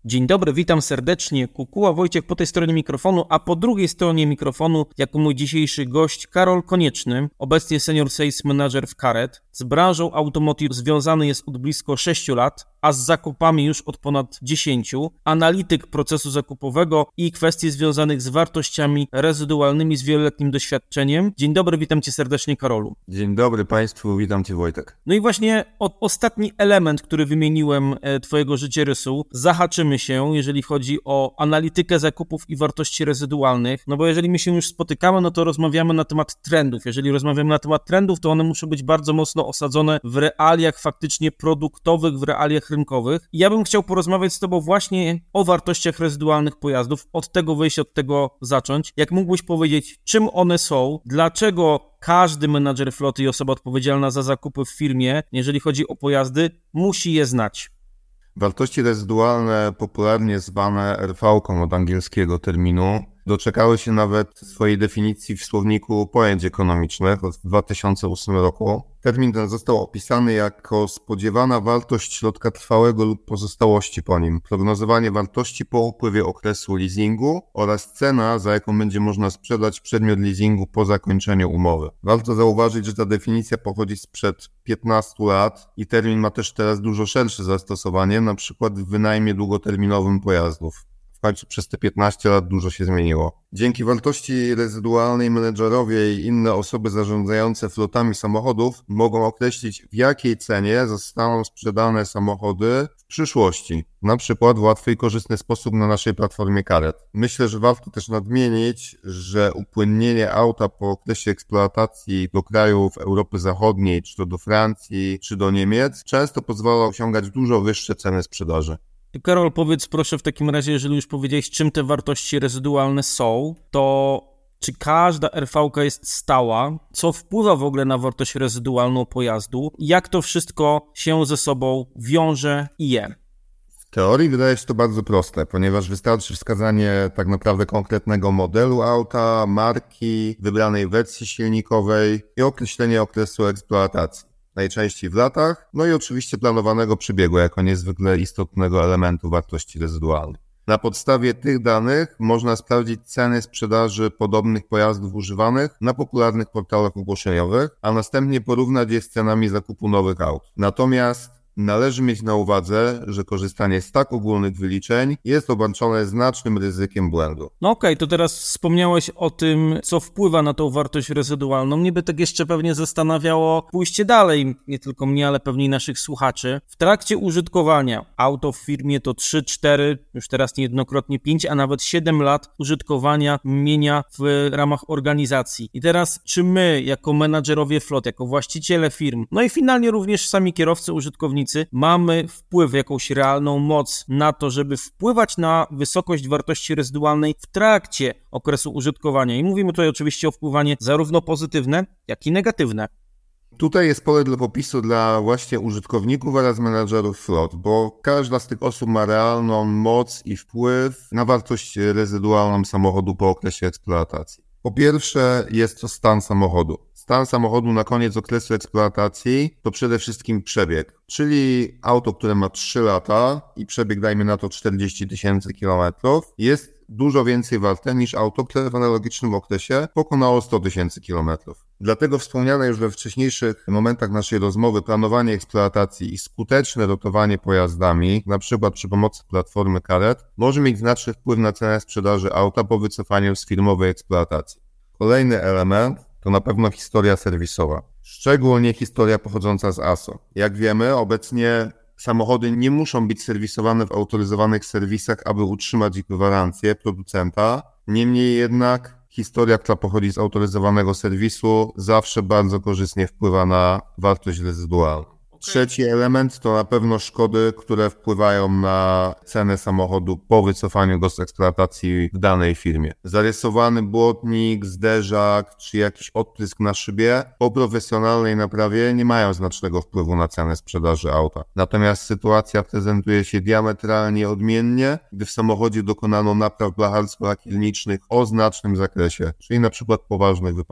Dzień dobry, witam serdecznie. Kukuła Wojciech po tej stronie mikrofonu, a po drugiej stronie mikrofonu jako mój dzisiejszy gość Karol Konieczny, obecnie Senior Sales Manager w Caret. Z branżą automotive związany jest od blisko 6 lat, a z zakupami już od ponad 10. Analityk procesu zakupowego i kwestii związanych z wartościami rezydualnymi z wieloletnim doświadczeniem. Dzień dobry, witam Cię serdecznie, Karolu. Dzień dobry Państwu, witam Cię, Wojtek. No i właśnie ostatni element, który wymieniłem Twojego życiorysu, zahaczymy się, jeżeli chodzi o analitykę zakupów i wartości rezydualnych, no bo jeżeli my się już spotykamy, no to rozmawiamy na temat trendów. Jeżeli rozmawiamy na temat trendów, to one muszą być bardzo mocno osadzone w realiach faktycznie produktowych, w realiach rynkowych. I ja bym chciał porozmawiać z Tobą właśnie o wartościach rezydualnych pojazdów, od tego wyjść, od tego zacząć. Jak mógłbyś powiedzieć, czym one są, dlaczego każdy menadżer floty i osoba odpowiedzialna za zakupy w firmie, jeżeli chodzi o pojazdy, musi je znać? Wartości rezydualne, popularnie zwane RV-ką od angielskiego terminu, doczekały się nawet swojej definicji w słowniku pojęć ekonomicznych w 2008 roku. Termin ten został opisany jako spodziewana wartość środka trwałego lub pozostałości po nim, prognozowanie wartości po upływie okresu leasingu oraz cena, za jaką będzie można sprzedać przedmiot leasingu po zakończeniu umowy. Warto zauważyć, że ta definicja pochodzi sprzed 15 lat i termin ma też teraz dużo szersze zastosowanie, na przykład w wynajmie długoterminowym pojazdów. W końcu przez te 15 lat dużo się zmieniło. Dzięki wartości rezydualnej menedżerowie i inne osoby zarządzające flotami samochodów mogą określić, w jakiej cenie zostaną sprzedane samochody w przyszłości. Na przykład w łatwy i korzystny sposób na naszej platformie Caret. Myślę, że warto też nadmienić, że upłynnienie auta po okresie eksploatacji do krajów Europy Zachodniej, czy to do Francji, czy do Niemiec, często pozwala osiągać dużo wyższe ceny sprzedaży. Karol, powiedz proszę w takim razie, jeżeli już powiedziałeś, czym te wartości rezydualne są, to czy każda RV-ka jest stała? Co wpływa w ogóle na wartość rezydualną pojazdu? Jak to wszystko się ze sobą wiąże i je? W teorii wydaje się to bardzo proste, ponieważ wystarczy wskazanie tak naprawdę konkretnego modelu auta, marki, wybranej wersji silnikowej i określenie okresu eksploatacji. Najczęściej w latach, no i oczywiście planowanego przebiegu jako niezwykle istotnego elementu wartości rezydualnej. Na podstawie tych danych można sprawdzić ceny sprzedaży podobnych pojazdów używanych na popularnych portalach ogłoszeniowych, a następnie porównać je z cenami zakupu nowych aut. Natomiast należy mieć na uwadze, że korzystanie z tak ogólnych wyliczeń jest obarczone znacznym ryzykiem błędu. No okej, to teraz wspomniałeś o tym, co wpływa na tą wartość rezydualną. Mnie by tak jeszcze pewnie zastanawiało pójście dalej, nie tylko mnie, ale pewnie naszych słuchaczy. W trakcie użytkowania auto w firmie to 3, 4, już teraz niejednokrotnie 5, a nawet 7 lat użytkowania mienia w ramach organizacji. I teraz, czy my, jako menadżerowie flot, jako właściciele firm, no i finalnie również sami kierowcy, użytkownicy, mamy wpływ, jakąś realną moc na to, żeby wpływać na wysokość wartości rezydualnej w trakcie okresu użytkowania. I mówimy tutaj oczywiście o wpływanie zarówno pozytywne, jak i negatywne. Tutaj jest pole do popisu dla właśnie użytkowników oraz menadżerów flot, bo każda z tych osób ma realną moc i wpływ na wartość rezydualną samochodu po okresie eksploatacji. Po pierwsze jest to stan samochodu. Stan samochodu na koniec okresu eksploatacji to przede wszystkim przebieg, czyli auto, które ma 3 lata i przebieg, dajmy na to 40 000 kilometrów, jest dużo więcej warte niż auto, które w analogicznym okresie pokonało 100 000 kilometrów. Dlatego wspomniane już we wcześniejszych momentach naszej rozmowy planowanie eksploatacji i skuteczne rotowanie pojazdami, na przykład przy pomocy platformy Caret, może mieć znaczny wpływ na cenę sprzedaży auta po wycofaniu z firmowej eksploatacji. Kolejny element to na pewno historia serwisowa, szczególnie historia pochodząca z ASO. Jak wiemy, obecnie samochody nie muszą być serwisowane w autoryzowanych serwisach, aby utrzymać ich gwarancję producenta. Niemniej jednak historia, która pochodzi z autoryzowanego serwisu, zawsze bardzo korzystnie wpływa na wartość rezydualną. Trzeci element to na pewno szkody, które wpływają na cenę samochodu po wycofaniu go z eksploatacji w danej firmie. Zarysowany błotnik, zderzak czy jakiś odprysk na szybie po profesjonalnej naprawie nie mają znacznego wpływu na cenę sprzedaży auta. Natomiast sytuacja prezentuje się diametralnie odmiennie, gdy w samochodzie dokonano napraw blacharsko-lakierniczych o znacznym zakresie, czyli na przykład poważnych wypadkach.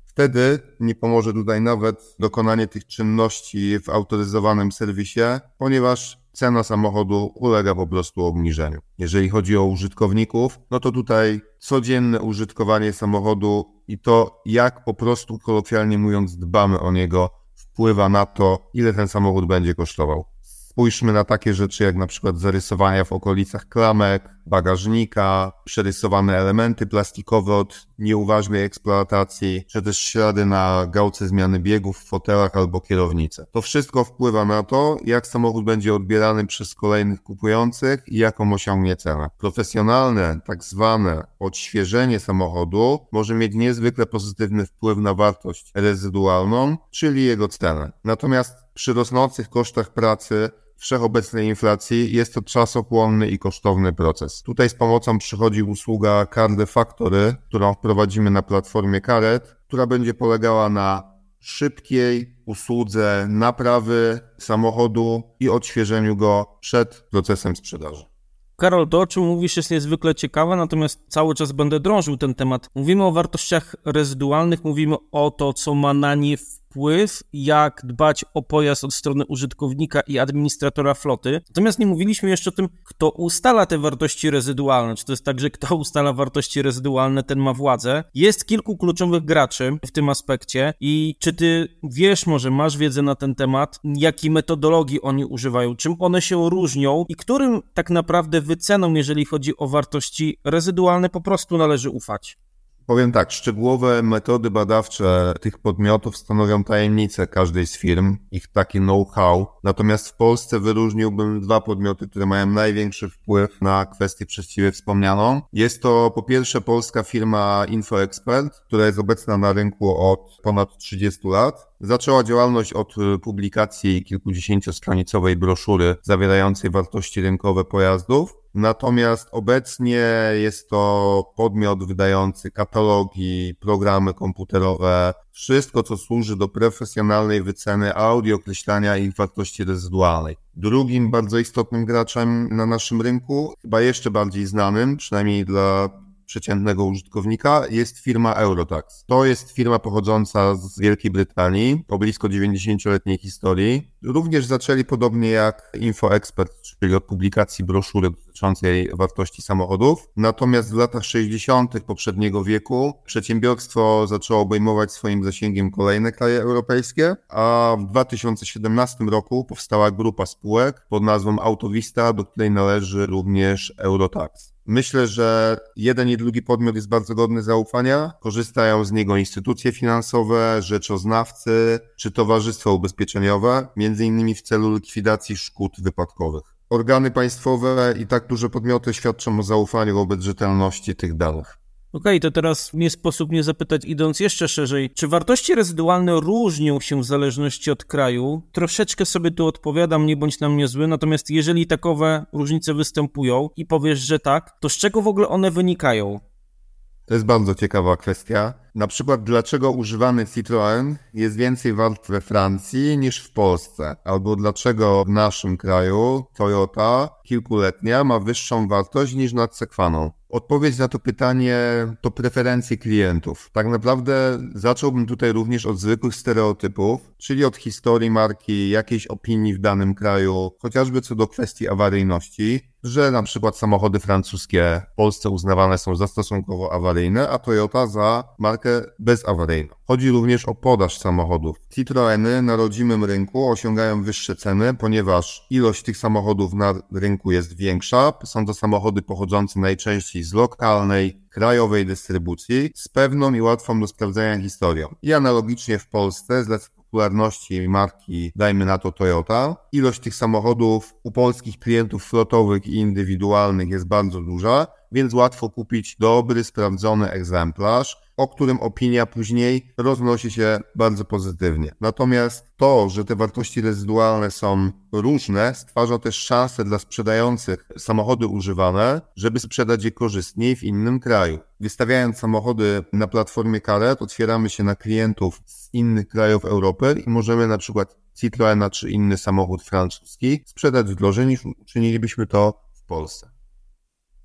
Wtedy nie pomoże tutaj nawet dokonanie tych czynności w autoryzowanym serwisie, ponieważ cena samochodu ulega po prostu obniżeniu. Jeżeli chodzi o użytkowników, no to tutaj codzienne użytkowanie samochodu i to, jak po prostu kolokwialnie mówiąc dbamy o niego, wpływa na to, ile ten samochód będzie kosztował. Spójrzmy na takie rzeczy jak na przykład zarysowania w okolicach klamek, bagażnika, przerysowane elementy plastikowe od nieuważnej eksploatacji, czy też ślady na gałce zmiany biegów w fotelach albo kierownicy. To wszystko wpływa na to, jak samochód będzie odbierany przez kolejnych kupujących i jaką osiągnie cenę. Profesjonalne, tak zwane odświeżenie samochodu może mieć niezwykle pozytywny wpływ na wartość rezydualną, czyli jego cenę. Natomiast przy rosnących kosztach pracy, wszechobecnej inflacji jest to czasochłonny i kosztowny proces. Tutaj z pomocą przychodzi usługa Car de Factory, którą wprowadzimy na platformie Caret, która będzie polegała na szybkiej usłudze naprawy samochodu i odświeżeniu go przed procesem sprzedaży. Karol, to o czym mówisz jest niezwykle ciekawe, natomiast cały czas będę drążył ten temat. Mówimy o wartościach rezydualnych, mówimy o to, co ma na nie wpływ, jak dbać o pojazd od strony użytkownika i administratora floty. Natomiast nie mówiliśmy jeszcze o tym, kto ustala te wartości rezydualne. Czy to jest tak, że kto ustala wartości rezydualne, ten ma władzę? Jest kilku kluczowych graczy w tym aspekcie i czy ty wiesz, może masz wiedzę na ten temat, jakiej metodologii oni używają, czym one się różnią i którym tak naprawdę wycenom, jeżeli chodzi o wartości rezydualne, po prostu należy ufać? Powiem tak, szczegółowe metody badawcze tych podmiotów stanowią tajemnicę każdej z firm, ich takie know-how. Natomiast w Polsce wyróżniłbym dwa podmioty, które mają największy wpływ na kwestię przeciwnie wspomnianą. Jest to po pierwsze polska firma InfoExpert, która jest obecna na rynku od ponad 30 lat. Zaczęła działalność od publikacji kilkudziesięciostronicowej broszury zawierającej wartości rynkowe pojazdów. Natomiast obecnie jest to podmiot wydający katalogi, programy komputerowe, wszystko co służy do profesjonalnej wyceny audii, określania ich wartości rezydualnej. Drugim bardzo istotnym graczem na naszym rynku, chyba jeszcze bardziej znanym, przynajmniej dla przeciętnego użytkownika, jest firma Eurotax. To jest firma pochodząca z Wielkiej Brytanii, o blisko 90-letniej historii. Również zaczęli podobnie jak InfoExpert, czyli od publikacji broszury dotyczącej wartości samochodów. Natomiast w latach 60. poprzedniego wieku przedsiębiorstwo zaczęło obejmować swoim zasięgiem kolejne kraje europejskie, a w 2017 roku powstała grupa spółek pod nazwą Autovista, do której należy również Eurotax. Myślę, że jeden i drugi podmiot jest bardzo godny zaufania. Korzystają z niego instytucje finansowe, rzeczoznawcy czy towarzystwa ubezpieczeniowe, między innymi w celu likwidacji szkód wypadkowych. Organy państwowe i tak duże podmioty świadczą o zaufaniu wobec rzetelności tych danych. Okej, to teraz nie sposób nie zapytać, idąc jeszcze szerzej, czy wartości rezydualne różnią się w zależności od kraju? Troszeczkę sobie tu odpowiadam, nie bądź na mnie zły, natomiast jeżeli takowe różnice występują i powiesz, że tak, to z czego w ogóle one wynikają? To jest bardzo ciekawa kwestia. Na przykład, dlaczego używany Citroën jest więcej wart we Francji niż w Polsce? Albo dlaczego w naszym kraju Toyota kilkuletnia ma wyższą wartość niż nad Sekwaną? Odpowiedź na to pytanie to preferencje klientów. Tak naprawdę zacząłbym tutaj również od zwykłych stereotypów, czyli od historii marki, jakiejś opinii w danym kraju, chociażby co do kwestii awaryjności, że na przykład samochody francuskie w Polsce uznawane są za stosunkowo awaryjne, a Toyota za markę bezawaryjną. Chodzi również o podaż samochodów. Citroeny na rodzimym rynku osiągają wyższe ceny, ponieważ ilość tych samochodów na rynku jest większa. Są to samochody pochodzące najczęściej z lokalnej, krajowej dystrybucji, z pewną i łatwą do sprawdzenia historią. I analogicznie w Polsce, z popularności marki, dajmy na to Toyota, ilość tych samochodów u polskich klientów flotowych i indywidualnych jest bardzo duża, więc łatwo kupić dobry, sprawdzony egzemplarz, o którym opinia później roznosi się bardzo pozytywnie. Natomiast to, że te wartości rezydualne są różne, stwarza też szansę dla sprzedających samochody używane, żeby sprzedać je korzystniej w innym kraju. Wystawiając samochody na platformie Caret, otwieramy się na klientów z innych krajów Europy i możemy na przykład Citroena czy inny samochód francuski sprzedać drożej niż uczynilibyśmy to w Polsce.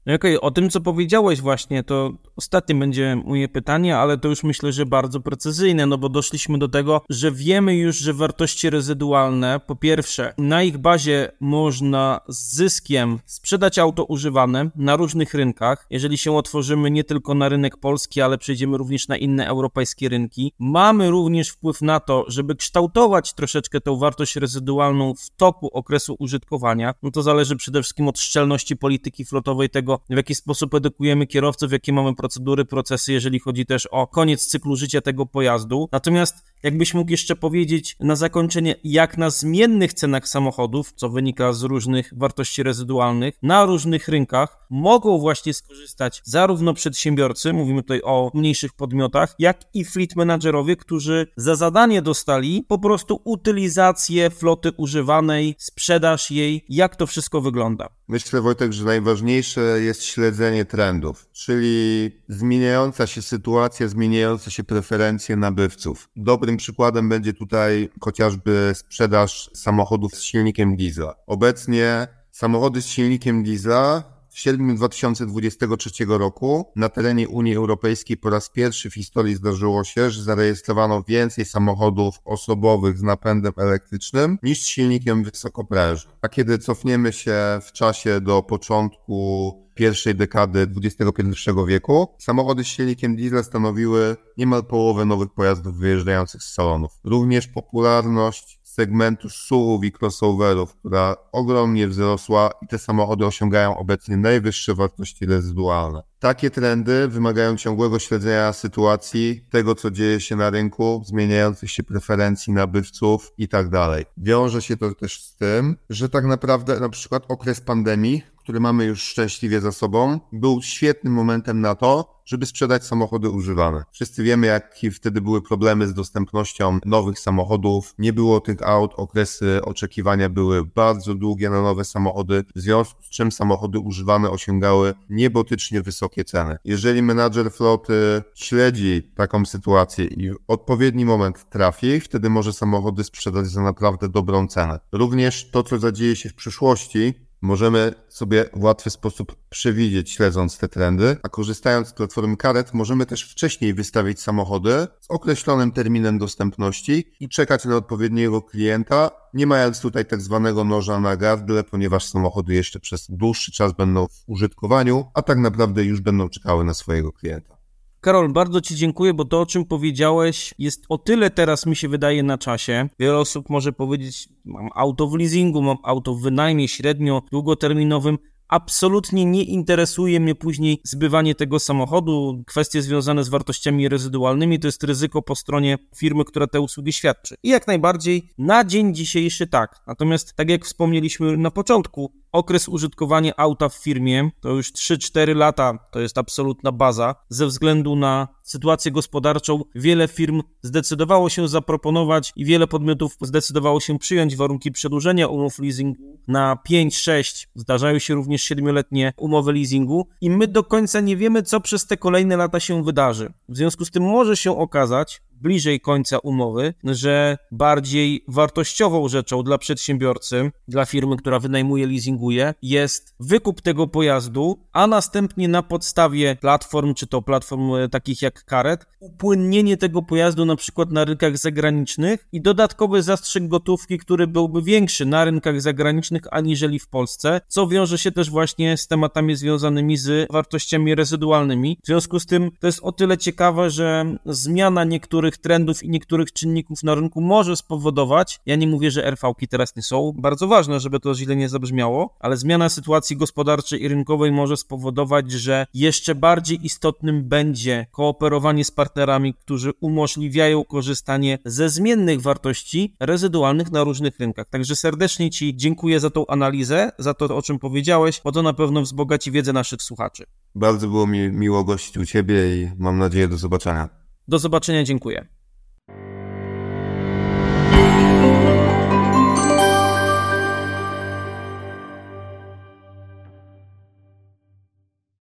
Okej, o tym, co powiedziałeś właśnie, to ostatnie będzie moje pytanie, ale to już myślę, że bardzo precyzyjne, no bo doszliśmy do tego, że wiemy już, że wartości rezydualne, po pierwsze, na ich bazie można z zyskiem sprzedać auto używane na różnych rynkach. Jeżeli się otworzymy nie tylko na rynek polski, ale przejdziemy również na inne europejskie rynki. Mamy również wpływ na to, żeby kształtować troszeczkę tę wartość rezydualną w toku okresu użytkowania. No to zależy przede wszystkim od szczelności polityki flotowej, tego w jaki sposób edukujemy kierowców, jakie mamy procedury, procesy, jeżeli chodzi też o koniec cyklu życia tego pojazdu. Natomiast jakbyś mógł jeszcze powiedzieć na zakończenie, jak na zmiennych cenach samochodów, co wynika z różnych wartości rezydualnych, na różnych rynkach mogą właśnie skorzystać zarówno przedsiębiorcy, mówimy tutaj o mniejszych podmiotach, jak i fleet managerowie, którzy za zadanie dostali po prostu utylizację floty używanej, sprzedaż jej, jak to wszystko wygląda. Myślę, Wojtek, że najważniejsze jest śledzenie trendów, czyli zmieniająca się sytuacja, zmieniające się preferencje nabywców. Dobrym przykładem będzie tutaj chociażby sprzedaż samochodów z silnikiem diesla. Obecnie samochody z silnikiem diesla w sierpniu 2023 roku na terenie Unii Europejskiej po raz pierwszy w historii zdarzyło się, że zarejestrowano więcej samochodów osobowych z napędem elektrycznym niż z silnikiem wysokoprężnym. A kiedy cofniemy się w czasie do początku pierwszej dekady XXI wieku, samochody z silnikiem diesla stanowiły niemal połowę nowych pojazdów wyjeżdżających z salonów. Również popularność segmentu SUV i crossoverów, która ogromnie wzrosła i te samochody osiągają obecnie najwyższe wartości rezydualne. Takie trendy wymagają ciągłego śledzenia sytuacji, tego co dzieje się na rynku, zmieniających się preferencji nabywców i tak dalej. Wiąże się to też z tym, że tak naprawdę na przykład okres pandemii, który mamy już szczęśliwie za sobą, był świetnym momentem na to, żeby sprzedać samochody używane. Wszyscy wiemy, jakie wtedy były problemy z dostępnością nowych samochodów. Nie było tych aut, okresy oczekiwania były bardzo długie na nowe samochody, w związku z czym samochody używane osiągały niebotycznie wysokie ceny. Jeżeli menadżer floty śledzi taką sytuację i w odpowiedni moment trafi, wtedy może samochody sprzedać za naprawdę dobrą cenę. Również to, co zadzieje się w przyszłości, możemy sobie w łatwy sposób przewidzieć, śledząc te trendy, a korzystając z platformy karet możemy też wcześniej wystawić samochody z określonym terminem dostępności i czekać na odpowiedniego klienta, nie mając tutaj tak zwanego noża na gardle, ponieważ samochody jeszcze przez dłuższy czas będą w użytkowaniu, a tak naprawdę już będą czekały na swojego klienta. Karol, bardzo Ci dziękuję, bo to, o czym powiedziałeś, jest o tyle teraz, mi się wydaje, na czasie. Wiele osób może powiedzieć, mam auto w leasingu, mam auto w wynajmie średnio, długoterminowym. Absolutnie nie interesuje mnie później zbywanie tego samochodu. Kwestie związane z wartościami rezydualnymi to jest ryzyko po stronie firmy, która te usługi świadczy. I jak najbardziej na dzień dzisiejszy tak. Natomiast tak jak wspomnieliśmy na początku, okres użytkowania auta w firmie to już 3-4 lata, to jest absolutna baza. Ze względu na sytuację gospodarczą wiele firm zdecydowało się zaproponować i wiele podmiotów zdecydowało się przyjąć warunki przedłużenia umów leasingu na 5-6, zdarzają się również 7-letnie umowy leasingu i my do końca nie wiemy, co przez te kolejne lata się wydarzy. W związku z tym może się okazać, bliżej końca umowy, że bardziej wartościową rzeczą dla przedsiębiorcy, dla firmy, która wynajmuje, leasinguje, jest wykup tego pojazdu, a następnie na podstawie platform, czy to platform takich jak Karet, upłynnienie tego pojazdu na przykład na rynkach zagranicznych i dodatkowy zastrzyk gotówki, który byłby większy na rynkach zagranicznych aniżeli w Polsce, co wiąże się też właśnie z tematami związanymi z wartościami rezydualnymi. W związku z tym to jest o tyle ciekawe, że zmiana niektórych trendów i niektórych czynników na rynku może spowodować, ja nie mówię, że RV-ki teraz nie są bardzo ważne, żeby to źle nie zabrzmiało, ale zmiana sytuacji gospodarczej i rynkowej może spowodować, że jeszcze bardziej istotnym będzie kooperowanie z partnerami, którzy umożliwiają korzystanie ze zmiennych wartości rezydualnych na różnych rynkach. Także serdecznie Ci dziękuję za tą analizę, za to, o czym powiedziałeś, bo to na pewno wzbogaci wiedzę naszych słuchaczy. Bardzo było mi miło gościć u Ciebie i mam nadzieję do zobaczenia. Do zobaczenia, dziękuję.